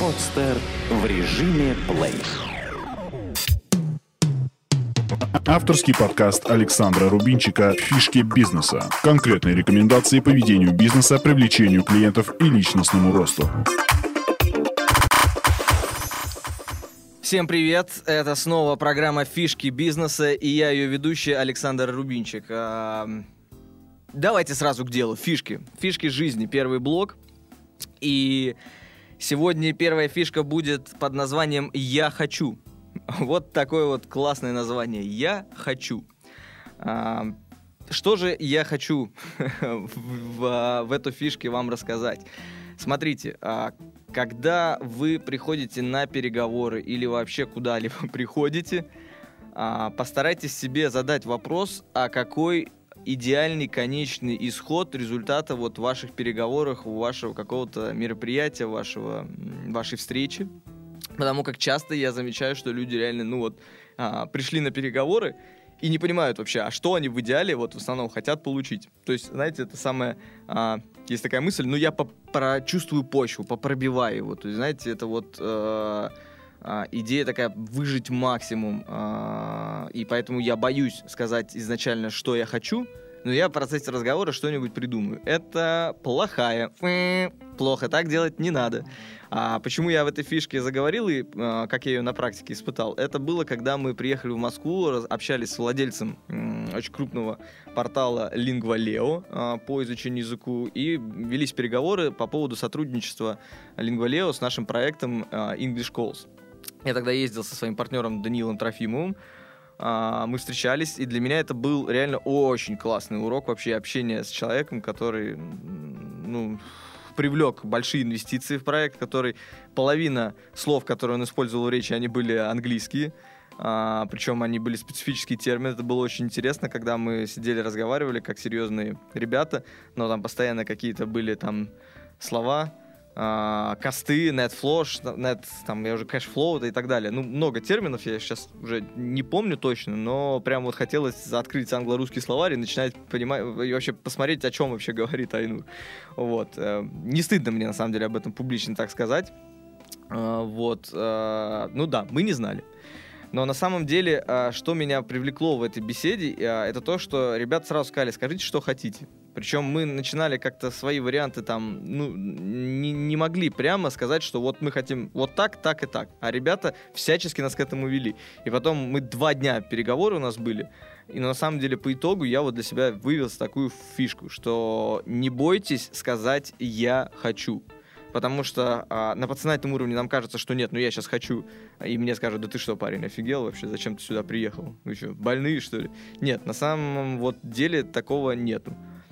Подстер в режиме плей. Авторский подкаст Александра Рубинчика «Фишки бизнеса». Конкретные рекомендации по ведению бизнеса, привлечению клиентов и личностному росту. Всем привет! Это снова программа «Фишки бизнеса» и я ее ведущий Александр Рубинчик. Давайте сразу к делу. Фишки. Фишки жизни. Первый блок. И сегодня первая фишка будет под названием «Я хочу». Вот такое вот классное название. «Я хочу». Что же я хочу в эту фишке вам рассказать? Смотрите, когда вы приходите на переговоры или вообще куда-либо приходите, постарайтесь себе задать вопрос, а какой идеальный конечный исход результата вот ваших переговоров, вашего какого-то мероприятия, вашей встречи. Потому как часто я замечаю, что люди реально, пришли на переговоры и не понимают вообще, а что они в идеале в основном хотят получить. То есть, знаете, это самое... есть такая мысль, я прочувствую почву, попробиваю его. То есть, знаете, это идея такая выжить максимум. И поэтому я боюсь сказать изначально, что я хочу, но я в процессе разговора что-нибудь придумаю. Это плохо, так делать не надо. Почему я в этой фишке заговорил и как я ее на практике испытал? Это было, когда мы приехали в Москву, общались с владельцем очень крупного портала Lingua.leo по изучению языку и велись переговоры по поводу сотрудничества Lingua.leo с нашим проектом English Calls. Я тогда ездил со своим партнером Даниилом Трофимовым. Мы встречались, и для меня это был реально очень классный урок вообще общения с человеком, который, привлек большие инвестиции в проект, который половина слов, которые он использовал в речи, они были английские, причем они были специфические термины. Это было очень интересно, когда мы сидели, разговаривали, как серьезные ребята, но там постоянно какие-то были там слова, косты, netflow, cashflow и так далее. Много терминов, я сейчас уже не помню точно, но прям хотелось открыть англо-русский словарь и начинать понимать, и вообще посмотреть, о чем вообще говорит Айнур. Не стыдно мне, на самом деле, об этом публично так сказать. Мы не знали. Но на самом деле, что меня привлекло в этой беседе, это то, что ребята сразу сказали: скажите, что хотите. Причем мы начинали как-то свои варианты не могли прямо сказать, что вот мы хотим вот так, так и так. А ребята всячески нас к этому вели. И потом мы 2 дня переговоры у нас были. И на самом деле по итогу я для себя вывел такую фишку, что не бойтесь сказать «я хочу». Потому что на подсознательном уровне нам кажется, что нет, я сейчас хочу. И мне скажут: да ты что, парень, офигел вообще? Зачем ты сюда приехал? Вы что, больные, что ли? Нет, на самом деле такого нету.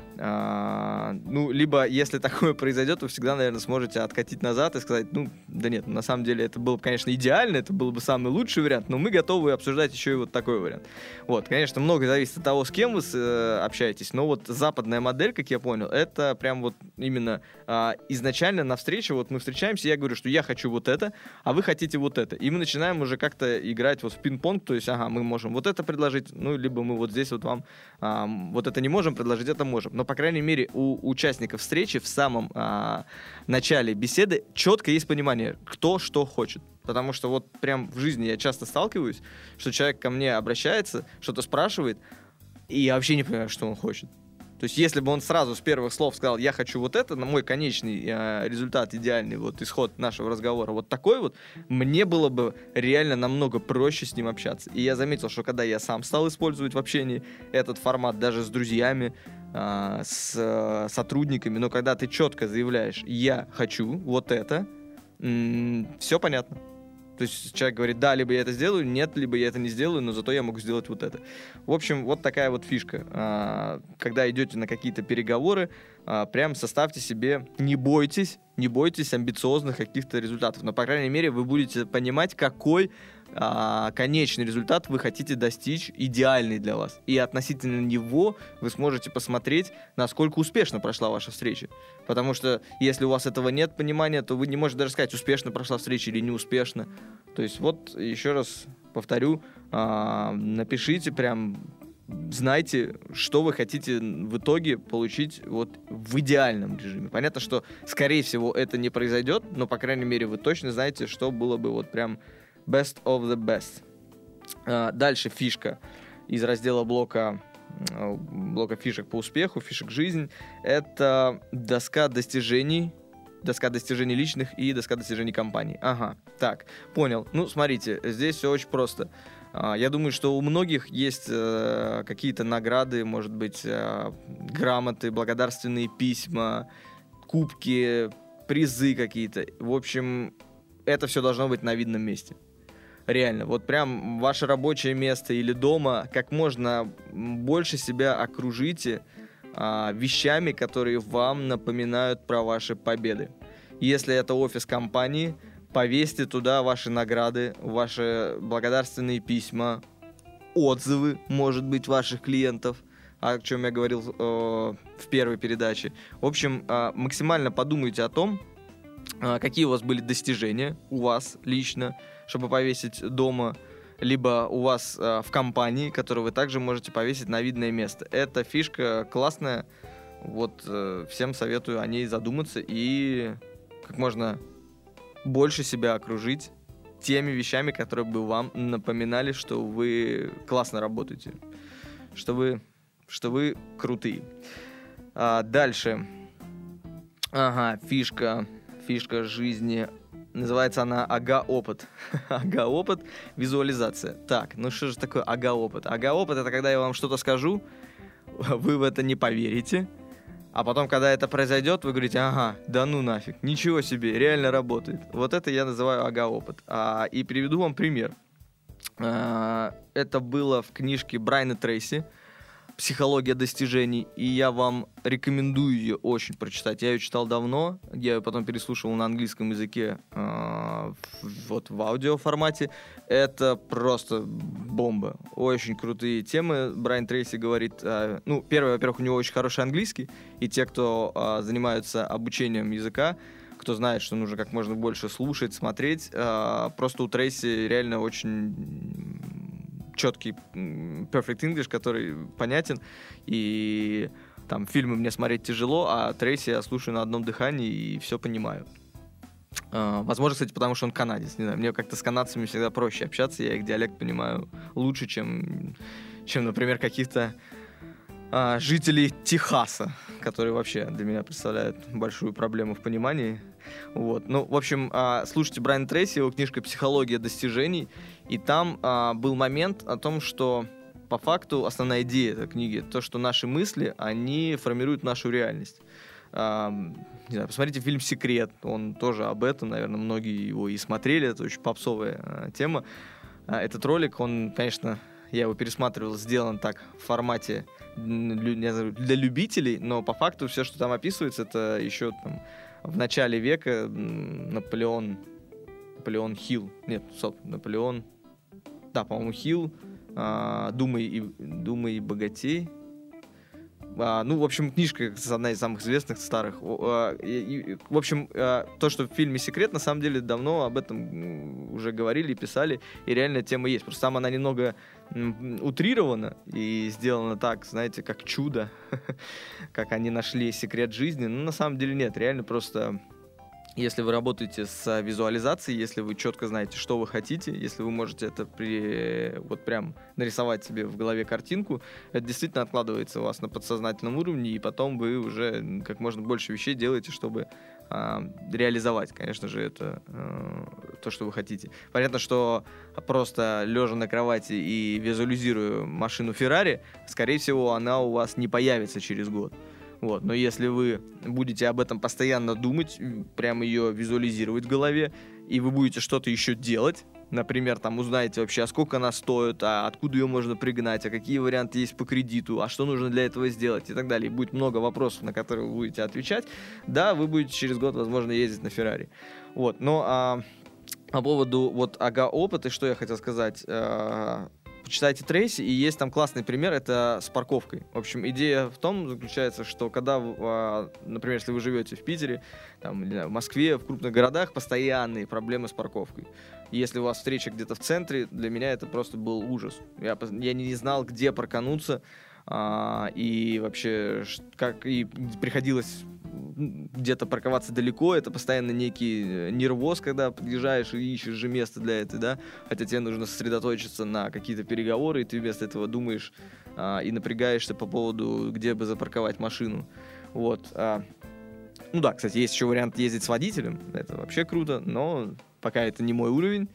Либо, если такое произойдет, вы всегда, наверное, сможете откатить назад и сказать: да нет, на самом деле это было бы, конечно, идеально, это был бы самый лучший вариант, но мы готовы обсуждать еще и вот такой вариант. Конечно, многое зависит от того, с кем вы общаетесь, но западная модель, как я понял, это прям именно изначально на встрече, мы встречаемся, я говорю, что я хочу вот это, а вы хотите вот это, и мы начинаем уже как-то играть в пинг-понг, то есть, мы можем вот это предложить, либо мы здесь вам вот это не можем предложить, это можем. Но, по крайней мере, у участников встречи в самом начале беседы четко есть понимание, кто что хочет. Потому что прям в жизни я часто сталкиваюсь, что человек ко мне обращается, что-то спрашивает, и я вообще не понимаю, что он хочет. То есть, если бы он сразу с первых слов сказал: я хочу вот это, на мой конечный результат, идеальный исход нашего разговора, такой мне было бы реально намного проще с ним общаться. И я заметил, что когда я сам стал использовать в общении этот формат, даже с друзьями, с сотрудниками, но когда ты четко заявляешь: я хочу вот это, все понятно. То есть человек говорит: да, либо я это сделаю, нет, либо я это не сделаю, но зато я могу сделать вот это. В общем, такая фишка. Когда идете на какие-то переговоры, прям составьте себе, не бойтесь амбициозных каких-то результатов, но, по крайней мере, вы будете понимать, какой конечный результат вы хотите достичь, идеальный для вас. И относительно него вы сможете посмотреть, насколько успешно прошла ваша встреча. Потому что если у вас этого нет понимания, то вы не можете даже сказать, успешно прошла встреча или неуспешно. То есть еще раз повторю, напишите прям знайте, что вы хотите в итоге получить вот в идеальном режиме. Понятно, что, скорее всего, это не произойдет, но, по крайней мере, вы точно знаете, что было бы вот прям best of the best. Дальше фишка из раздела блока фишек по успеху, фишек жизнь. Это доска достижений личных и доска достижений компании. Ага, так, понял. Ну, смотрите, здесь все очень просто. Я думаю, что у многих есть какие-то награды, может быть, грамоты, благодарственные письма, кубки, призы какие-то. В общем, это все должно быть на видном месте. Реально, вот прям ваше рабочее место или дома, как можно больше себя окружите вещами, которые вам напоминают про ваши победы. Если это офис компании, повесьте туда ваши награды, ваши благодарственные письма, отзывы, может быть, ваших клиентов, о чем я говорил в первой передаче. В общем, максимально подумайте о том, какие у вас были достижения у вас лично, чтобы повесить дома, либо у вас в компании, которую вы также можете повесить на видное место. Эта фишка классная, вот всем советую о ней задуматься и как можно больше себя окружить теми вещами, которые бы вам напоминали, что вы классно работаете, что вы крутые. Дальше. Ага, фишка жизни. Называется она ага-опыт. Ага-опыт, визуализация. Так, ну что же такое ага-опыт? Ага-опыт — это когда я вам что-то скажу, вы в это не поверите, а потом, когда это произойдет, вы говорите: ага, да ну нафиг, ничего себе, реально работает. Вот это я называю ага-опыт. И приведу вам пример. Это было в книжке Брайана Трейси «Психология достижений», и я вам рекомендую ее очень прочитать. Я ее читал давно, я ее потом переслушивал на английском языке вот в аудиоформате. Это просто бомба. Очень крутые темы. Брайан Трейси говорит... первое, во-первых, у него очень хороший английский, и те, кто занимаются обучением языка, кто знает, что нужно как можно больше слушать, смотреть, просто у Трейси реально очень четкий perfect English, который понятен, и там фильмы мне смотреть тяжело, а Трейси я слушаю на одном дыхании и все понимаю. Возможно, кстати, потому что он канадец, не знаю, мне как-то с канадцами всегда проще общаться, я их диалект понимаю лучше, чем например, каких-то жителей Техаса, которые вообще для меня представляют большую проблему в понимании. Вот. Ну, в общем, слушайте Брайана Трейси, его книжка «Психология достижений», и там был момент о том, что по факту основная идея этой книги — то, что наши мысли, они формируют нашу реальность. Не знаю, посмотрите фильм «Секрет», он тоже об этом, наверное, многие его и смотрели, это очень попсовая тема. Этот ролик, он, конечно, я его пересматривал, сделан так в формате для любителей, но по факту все, что там описывается, это еще там в начале века Наполеон Хилл, по-моему, Хилл, «Думай и богатей». В общем, книжка одна из самых известных, старых. В общем, то, что в фильме «Секрет», на самом деле давно об этом уже говорили и писали, и реально тема есть. Просто там она немного утрирована и сделана так, знаете, как чудо, как они нашли секрет жизни. Но на самом деле нет, реально просто... Если вы работаете с визуализацией, если вы четко знаете, что вы хотите, если вы можете это вот прям нарисовать себе в голове картинку, это действительно откладывается у вас на подсознательном уровне, и потом вы уже как можно больше вещей делаете, чтобы реализовать, конечно же, это то, что вы хотите. Понятно, что просто лежа на кровати и визуализируя машину Феррари, скорее всего, она у вас не появится через год. Вот. Но если вы будете об этом постоянно думать, прям ее визуализировать в голове, и вы будете что-то еще делать, например, там узнаете вообще, а сколько она стоит, а откуда ее можно пригнать, а какие варианты есть по кредиту, а что нужно для этого сделать и так далее. И будет много вопросов, на которые вы будете отвечать. Да, вы будете через год, возможно, ездить на Феррари. Вот. Но по поводу вот ага-опыта, что я хотел сказать... почитайте Трейси, и есть там классный пример, это с парковкой. В общем, идея в том заключается, что когда, например, если вы живете в Питере, там, или в Москве, в крупных городах, постоянные проблемы с парковкой. И если у вас встреча где-то в центре, для меня это просто был ужас. Я не знал, где паркануться, и вообще, и приходилось где-то парковаться далеко, это постоянно некий нервоз, когда подъезжаешь и ищешь же место для этого, да, хотя тебе нужно сосредоточиться на какие-то переговоры, и ты вместо этого думаешь и напрягаешься по поводу, где бы запарковать машину, вот. Ну да, кстати, есть еще вариант ездить с водителем, это вообще круто, но пока это не мой уровень,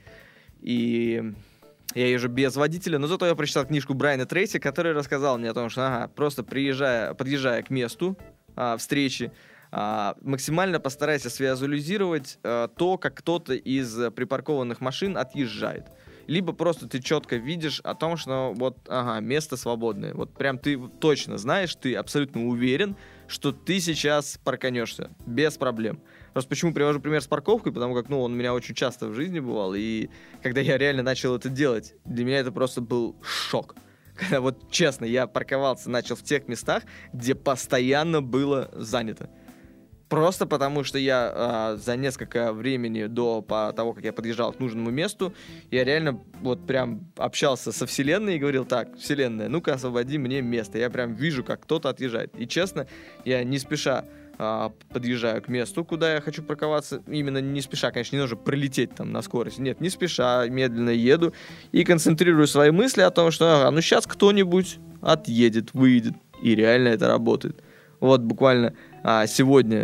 и я езжу без водителя, но зато я прочитал книжку Брайана Трейси, который рассказал мне о том, что просто подъезжая к месту встречи, максимально постарайся свизуализировать то, как кто-то из припаркованных машин отъезжает. Либо просто ты четко видишь о том, что место свободное. Вот прям ты точно знаешь, ты абсолютно уверен, что ты сейчас парканешься без проблем. Просто почему привожу пример с парковкой, потому как, он у меня очень часто в жизни бывал, и когда я реально начал это делать, для меня это просто был шок. Когда вот честно, я парковался, начал в тех местах, где постоянно было занято. Просто потому, что я за несколько времени до того, как я подъезжал к нужному месту, я реально вот прям общался со Вселенной и говорил: так, Вселенная, ну-ка освободи мне место. Я прям вижу, как кто-то отъезжает. И честно, я не спеша подъезжаю к месту, куда я хочу парковаться. Именно не спеша, конечно, не нужно пролететь там на скорость. Нет, не спеша, медленно еду и концентрирую свои мысли о том, что сейчас кто-нибудь отъедет, выйдет. И реально это работает. Вот буквально сегодня,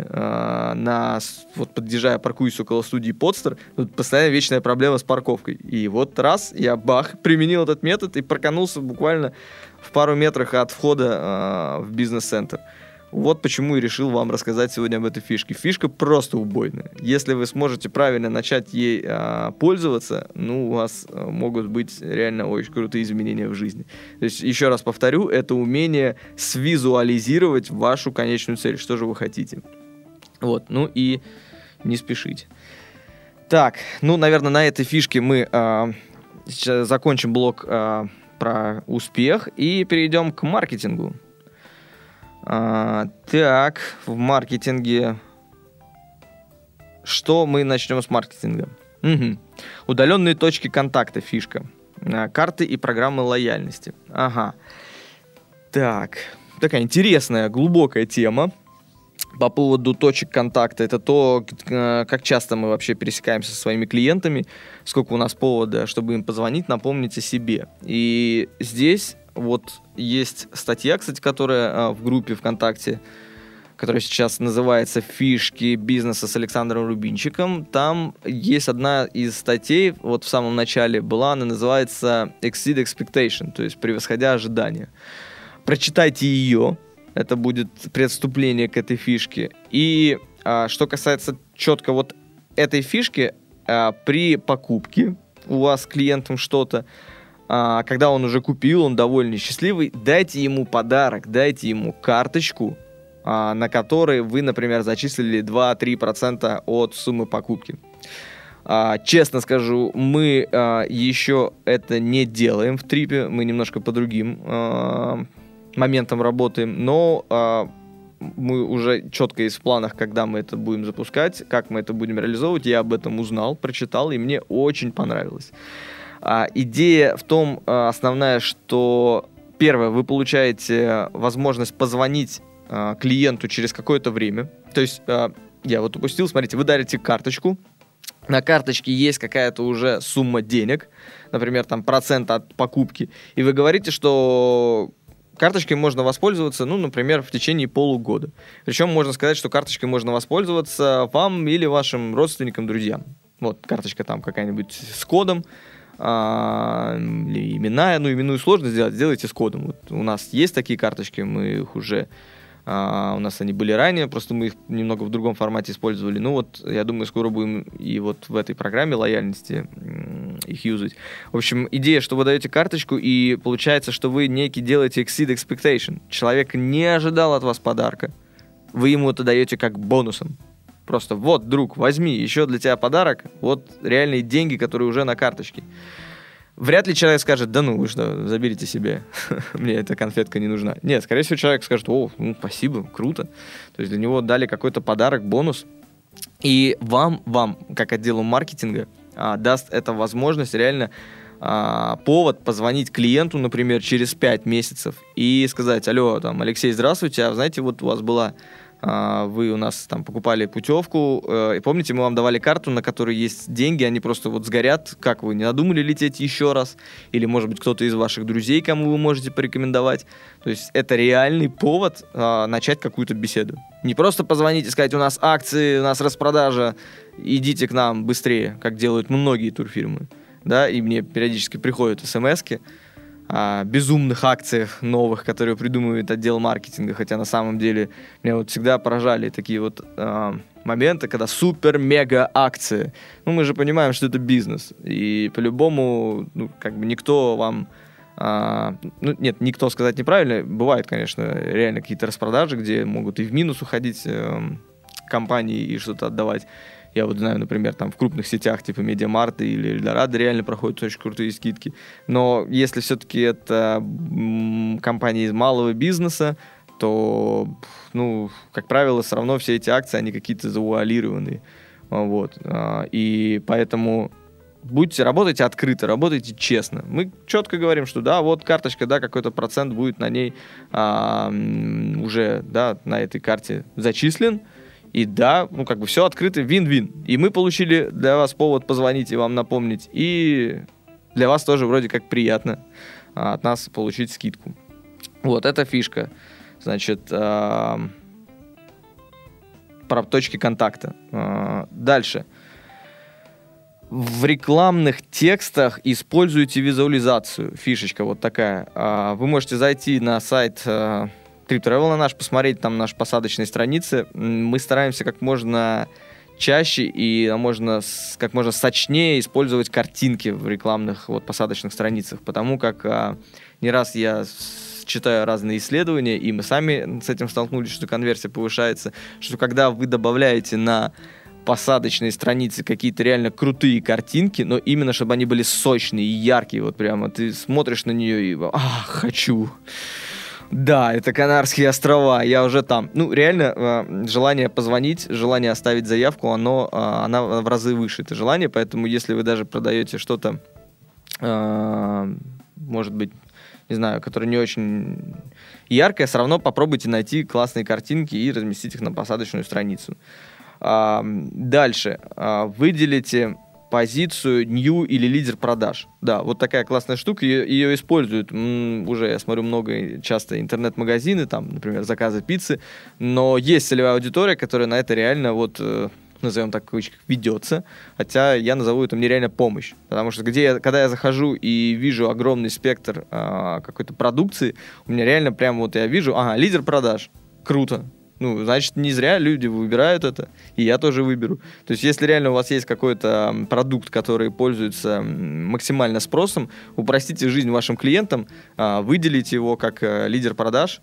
подъезжая, паркуюсь около студии Подстер, тут постоянно вечная проблема с парковкой. И вот раз я применил этот метод и парканулся буквально в пару метрах от входа в бизнес-центр. Вот почему и решил вам рассказать сегодня об этой фишке. Фишка просто убойная. Если вы сможете правильно начать ей пользоваться, у вас могут быть реально очень крутые изменения в жизни. То есть, еще раз повторю, это умение свизуализировать вашу конечную цель, что же вы хотите. Вот, и не спешите. Так, наверное, на этой фишке мы сейчас закончим блок про успех и перейдем к маркетингу. Так, в маркетинге... Что мы начнем с маркетинга? Удаленные точки контакта, фишка. Карты и программы лояльности. Так, такая интересная, глубокая тема по поводу точек контакта. Это то, как часто мы вообще пересекаемся со своими клиентами, сколько у нас повода, чтобы им позвонить, напомнить о себе. И здесь... есть статья, кстати, которая в группе ВКонтакте, которая сейчас называется «Фишки бизнеса» с Александром Рубинчиком. Там есть одна из статей, в самом начале была, она называется «Exceed Expectation», то есть «Превосходя ожидания». Прочитайте ее, это будет предвступление к этой фишке. И что касается четко этой фишки, при покупке у вас с клиентом что-то, когда он уже купил, он довольно счастливый, дайте ему подарок, дайте ему карточку, на которой вы, например, зачислили 2-3% от суммы покупки. Честно скажу, мы еще это не делаем в Трипе, мы немножко по другим моментам работаем, но мы уже четко есть в планах, когда мы это будем запускать, как мы это будем реализовывать, я об этом узнал, прочитал, и мне очень понравилось. Идея в том, основная, что первое, вы получаете возможность позвонить клиенту через какое-то время. То есть, я упустил, смотрите, вы дарите карточку, на карточке есть какая-то уже сумма денег, например, там процент от покупки, и вы говорите, что карточкой можно воспользоваться, например, в течение полугода. Причем можно сказать, что карточкой можно воспользоваться вам или вашим родственникам, друзьям. Карточка там какая-нибудь с кодом, или именная, именную сложно сделать, сделайте с кодом. У нас есть такие карточки, мы их уже, у нас они были ранее, просто мы их немного в другом формате использовали. Я думаю, скоро будем и в этой программе лояльности их юзать. В общем, идея, что вы даете карточку, и получается, что вы некий делаете exceed expectation. Человек не ожидал от вас подарка, вы ему это даете как бонусом. Просто друг, возьми, еще для тебя подарок, реальные деньги, которые уже на карточке. вряд ли человек скажет, да ну, вы что, заберите себе, мне эта конфетка не нужна. Нет, скорее всего, человек скажет, о, ну, спасибо, круто. То есть для него дали какой-то подарок, бонус. И вам, как отделу маркетинга, даст это возможность реально повод позвонить клиенту, например, через 5 месяцев и сказать, алло, там, Алексей, здравствуйте, а знаете, вот у вас была, вы у нас там покупали путевку, и помните, мы вам давали карту, на которой есть деньги, они просто вот сгорят, как вы, не надумали лететь еще раз? Или, может быть, кто-то из ваших друзей, кому вы можете порекомендовать? То есть это реальный повод начать какую-то беседу. Не просто позвонить и сказать, у нас акции, у нас распродажа, идите к нам быстрее, как делают многие турфирмы. Да, и мне периодически приходят смс-ки о безумных акциях новых, которые придумывает отдел маркетинга, хотя на самом деле меня вот всегда поражали такие вот моменты, когда супер-мега акции. Ну, мы же понимаем, что это бизнес, и по-любому, ну, как бы никто вам... ну, нет, никто сказать неправильно, бывают, конечно, реально какие-то распродажи, где могут и в минус уходить компании и что-то отдавать. Я вот знаю, например, там в крупных сетях типа Медиамарт или Эльдорадо реально проходят очень крутые скидки. Но если все-таки это компании из малого бизнеса, то, ну, как правило, все равно все эти акции, они какие-то завуалированные. Вот. И поэтому работайте открыто, работайте честно. Мы четко говорим, что да, вот карточка, да, какой-то процент будет на ней уже, да, на этой карте зачислен. И да, ну как бы все открыто, вин-вин. И мы получили для вас повод позвонить и вам напомнить. И для вас тоже вроде как приятно от нас получить скидку. Вот, это фишка. Значит, про точки контакта. Дальше. В рекламных текстах используйте визуализацию. Фишечка вот такая. Вы можете зайти на сайт... TripTravel на наш, посмотреть там наши посадочные страницы. Мы стараемся как можно чаще и как можно сочнее использовать картинки в рекламных вот, посадочных страницах, потому как не раз я читаю разные исследования, и мы сами с этим столкнулись, что конверсия повышается, что когда вы добавляете на посадочные страницы какие-то реально крутые картинки, но именно чтобы они были сочные и яркие, вот прямо ты смотришь на нее и хочу... Да, это Канарские острова, я уже там. Ну, реально, желание позвонить, желание оставить заявку, она в разы выше, это желание, поэтому если вы даже продаете что-то, может быть, не знаю, которое не очень яркое, все равно попробуйте найти классные картинки и разместить их на посадочную страницу. Дальше. Выделите позицию new или лидер продаж. Да, вот такая классная штука, ее используют уже, я смотрю, часто интернет-магазины, там, например, заказы пиццы, но есть целевая аудитория, которая на это реально вот, назовем так, в кавычках, ведется, хотя я назову это мне реально помощь, потому что когда я захожу и вижу огромный спектр какой-то продукции, у меня реально прямо вот я вижу, лидер продаж, круто. Ну, значит, не зря люди выбирают это, и я тоже выберу. То есть, если реально у вас есть какой-то продукт, который пользуется максимально спросом, упростите жизнь вашим клиентам, выделите его как лидер продаж,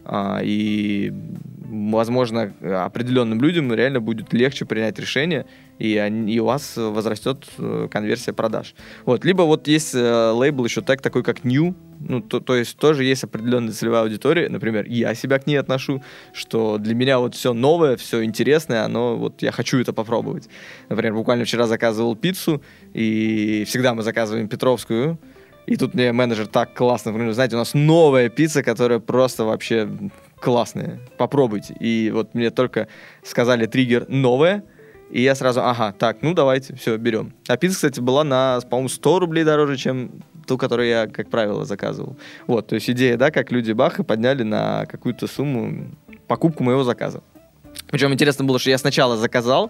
и, возможно, определенным людям реально будет легче принять решение, и у вас возрастет конверсия продаж. Вот. Либо вот есть лейбл еще такой, как New, ну, то есть тоже есть определенная целевая аудитория, например, я себя к ней отношу, что для меня вот все новое, все интересное, вот я хочу это попробовать. Например, буквально вчера заказывал пиццу, и всегда мы заказываем петровскую, и тут мне менеджер так классно, например, знаете, у нас новая пицца, которая просто вообще классная, попробуйте. И вот мне только сказали триггер «новая», и я сразу, так, ну давайте, все, берем. А пицца, кстати, была по-моему, 100 рублей дороже, чем ту, которую я, как правило, заказывал. Вот, то есть идея, да, как люди бах и подняли на какую-то сумму покупку моего заказа. Причем интересно было, что я сначала заказал,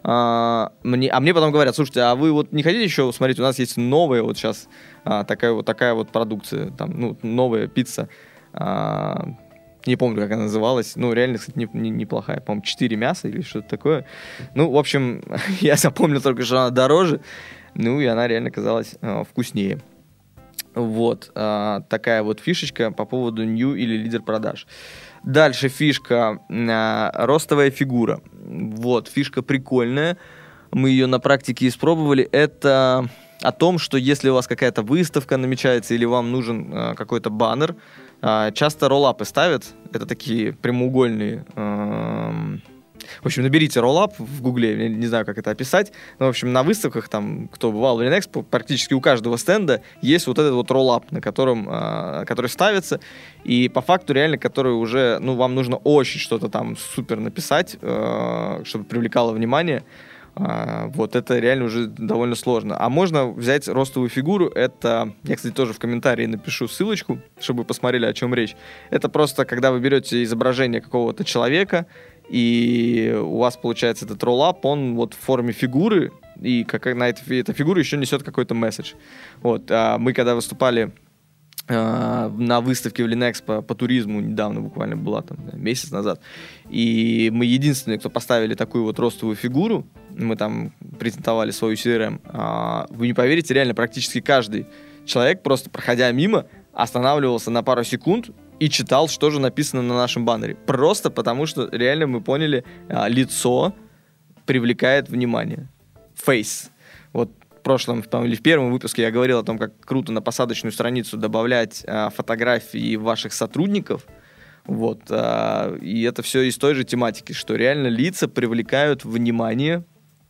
мне потом говорят, слушайте, а вы вот не хотите еще, смотрите, у нас есть новая вот сейчас такая вот продукция, там, ну, новая пицца, не помню, как она называлась, ну, реально, кстати, неплохая, по-моему, 4 мяса или что-то такое. Ну, в общем, я запомнил только, что она дороже, ну, и она реально казалась вкуснее. Вот, такая вот фишечка по поводу new или лидер продаж. Дальше фишка ростовая фигура. Вот, фишка прикольная. Мы ее на практике испробовали. Это о том, что если у вас какая-то выставка намечается или вам нужен какой-то баннер, часто роллапы ставят. Это такие прямоугольные... В общем, наберите роллап в Гугле, я не знаю, как это описать. Но, в общем, на выставках, там, кто бывал в Ленэкспо, практически у каждого стенда есть вот этот вот роллап, на котором, который ставится. И по факту реально, который уже, ну, вам нужно очень что-то там супер написать, чтобы привлекало внимание. Вот это реально уже довольно сложно. А можно взять ростовую фигуру. Это, я, кстати, тоже в комментарии напишу ссылочку, чтобы вы посмотрели, о чем речь. Это просто, когда вы берете изображение какого-то человека, и у вас получается этот роллап, он вот в форме фигуры, и эта фигура еще несет какой-то месседж. Вот. Мы когда выступали на выставке в Ленэкспо по туризму, недавно буквально была, там, месяц назад, и мы единственные, кто поставили такую вот ростовую фигуру, мы там презентовали свою CRM, вы не поверите, реально практически каждый человек, просто проходя мимо, останавливался на пару секунд и читал, что же написано на нашем баннере. Просто потому, что реально мы поняли, лицо привлекает внимание. Face. Вот в прошлом, или в первом выпуске я говорил о том, как круто на посадочную страницу добавлять фотографии ваших сотрудников. Вот. И это все из той же тематики, что реально лица привлекают внимание.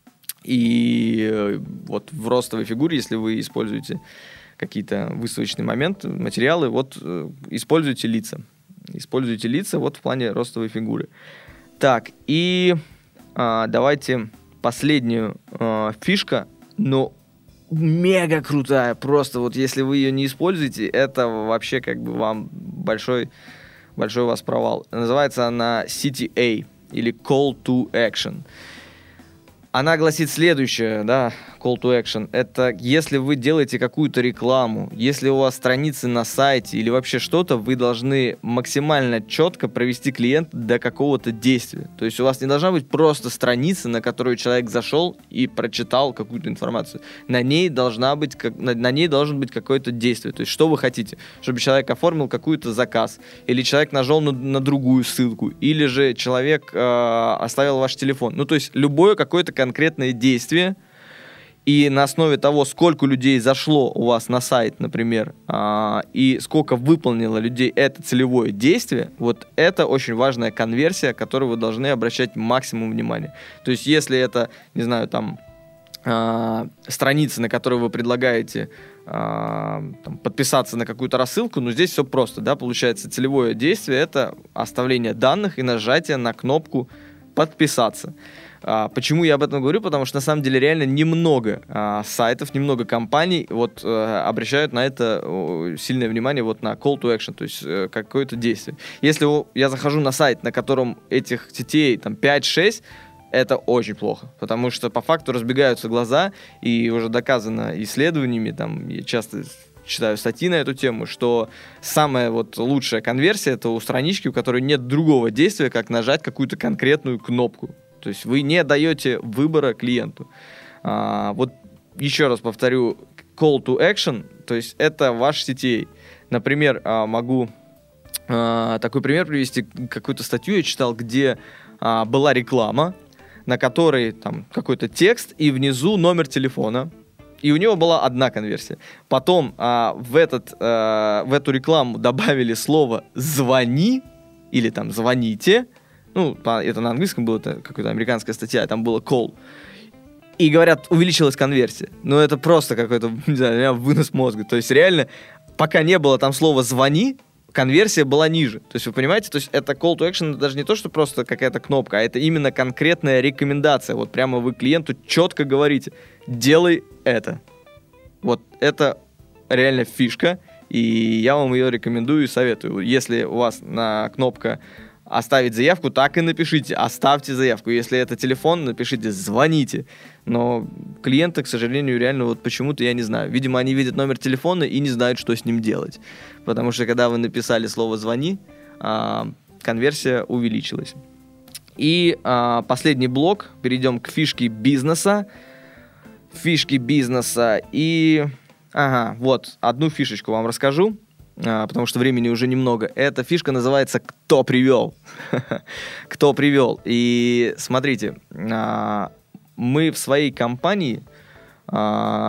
И вот в ростовой фигуре, если вы используете какие-то выставочные моменты, материалы, вот используйте лица. Используйте лица вот в плане ростовой фигуры. Так, и давайте последнюю фишка, но мега крутая. Просто вот если вы ее не используете, это вообще как бы вам большой у вас провал. Называется она CTA или Call to Action. Она гласит следующее, да, call to action. Это если вы делаете какую-то рекламу, если у вас страницы на сайте или вообще что-то, вы должны максимально четко провести клиента до какого-то действия. То есть у вас не должна быть просто страница, на которую человек зашел и прочитал какую-то информацию. На ней должно быть какое-то действие. То есть что вы хотите? Чтобы человек оформил какой-то заказ, или человек нажал на другую ссылку, или же человек оставил ваш телефон. Ну, то есть любое какое-то конкретное действие, и на основе того, сколько людей зашло у вас на сайт, например, и сколько выполнило людей это целевое действие, вот это очень важная конверсия, которой вы должны обращать максимум внимания. То есть если это, не знаю, там, страница, на которой вы предлагаете там, подписаться на какую-то рассылку, но здесь все просто, да, получается целевое действие — это оставление данных и нажатие на кнопку «Подписаться». Почему я об этом говорю? Потому что на самом деле реально немного сайтов, немного компаний вот обращают на это сильное внимание, вот на call to action, то есть какое-то действие. Если я захожу на сайт, на котором этих сетей там 5-6, это очень плохо, потому что по факту разбегаются глаза, и уже доказано исследованиями, там, я часто читаю статьи на эту тему, что самая вот лучшая конверсия — это у странички, у которой нет другого действия, как нажать какую-то конкретную кнопку. То есть вы не даете выбора клиенту. Вот еще раз повторю, call to action, то есть это ваш CTA. Например, могу такой пример привести. Какую-то статью я читал, где была реклама, на которой там какой-то текст и внизу номер телефона. И у него была одна конверсия. Потом в эту рекламу добавили слово «звони» или там «звоните». Ну, это на английском было, это какая-то американская статья, там было call. И говорят, увеличилась конверсия. Ну, это просто какой-то, не знаю, вынос мозга. То есть реально, пока не было там слова «звони», конверсия была ниже. То есть вы понимаете, то есть это call to action, даже не то, что просто какая-то кнопка, а это именно конкретная рекомендация. Вот прямо вы клиенту четко говорите: делай это. Вот это реально фишка, и я вам ее рекомендую и советую. Если у вас кнопка «Оставить заявку», так и напишите «Оставьте заявку». Если это телефон, напишите «Звоните». Но клиенты, к сожалению, реально вот почему-то, я не знаю. Видимо, они видят номер телефона и не знают, что с ним делать. Потому что когда вы написали слово «Звони», конверсия увеличилась. И последний блок. Перейдем к фишке бизнеса. Фишки бизнеса. И вот одну фишечку вам расскажу, потому что времени уже немного. Эта фишка называется «Кто привел?». Кто привел? И смотрите, мы в своей компании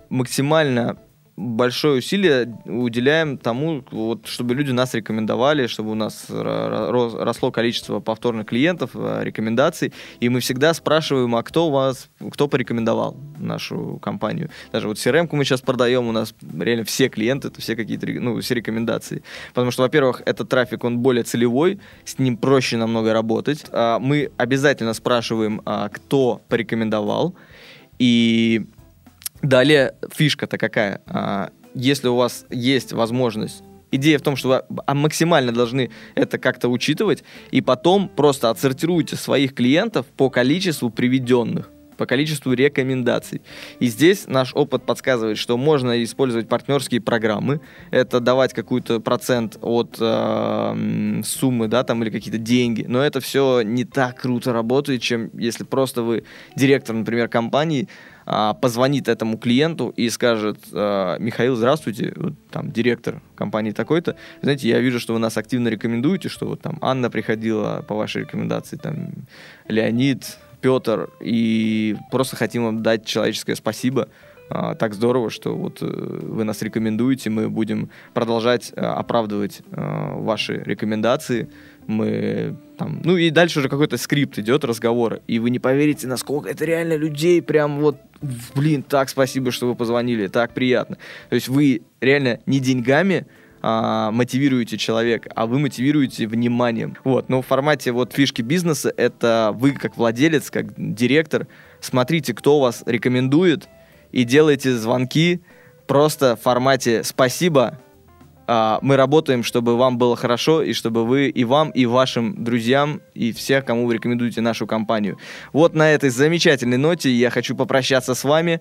максимально большое усилие уделяем тому, вот, чтобы люди нас рекомендовали, чтобы у нас росло количество повторных клиентов, рекомендаций. И мы всегда спрашиваем, а кто порекомендовал нашу компанию. Даже вот CRM-ку мы сейчас продаем, у нас реально все клиенты, это все какие-то, все рекомендации. Потому что, во-первых, этот трафик, он более целевой, с ним проще намного работать. Мы обязательно спрашиваем, кто порекомендовал. И далее фишка-то какая? Если у вас есть возможность, идея в том, что вы максимально должны это как-то учитывать, и потом просто отсортируйте своих клиентов по количеству приведенных, по количеству рекомендаций. И здесь наш опыт подсказывает, что можно использовать партнерские программы, это давать какой-то процент от суммы, да, там, или какие-то деньги, но это все не так круто работает, чем если просто вы директор, например, компании, позвонит этому клиенту и скажет: Михаил, здравствуйте, вот, там, директор компании такой-то, знаете, я вижу, что вы нас активно рекомендуете, что вот там Анна приходила по вашей рекомендации, там, Леонид, Петр, и просто хотим вам дать человеческое спасибо. Так здорово, что вот вы нас рекомендуете, мы будем продолжать оправдывать ваши рекомендации. Мы там, и дальше уже какой-то скрипт идет разговора, и вы не поверите, насколько это реально людей прям вот, так спасибо, что вы позвонили, так приятно. То есть вы реально не деньгами мотивируете человека, а вы мотивируете вниманием. Вот, но в формате вот фишки бизнеса это вы как владелец, как директор, смотрите, кто вас рекомендует, и делайте звонки просто в формате «спасибо». Мы работаем, чтобы вам было хорошо, и чтобы вы и вам, и вашим друзьям, и всех, кому вы рекомендуете нашу компанию. Вот на этой замечательной ноте я хочу попрощаться с вами.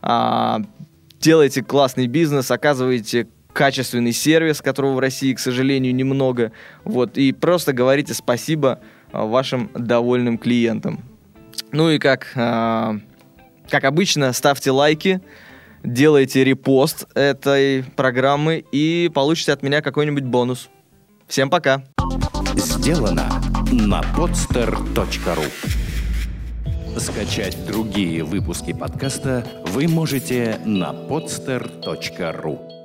Делайте классный бизнес, оказывайте качественный сервис, которого в России, к сожалению, немного. Вот, и просто говорите спасибо вашим довольным клиентам. Ну и как обычно, ставьте лайки, делайте репост этой программы и получите от меня какой-нибудь бонус. Всем пока! Сделано на podster.ru. Скачать другие выпуски подкаста вы можете на podster.ru.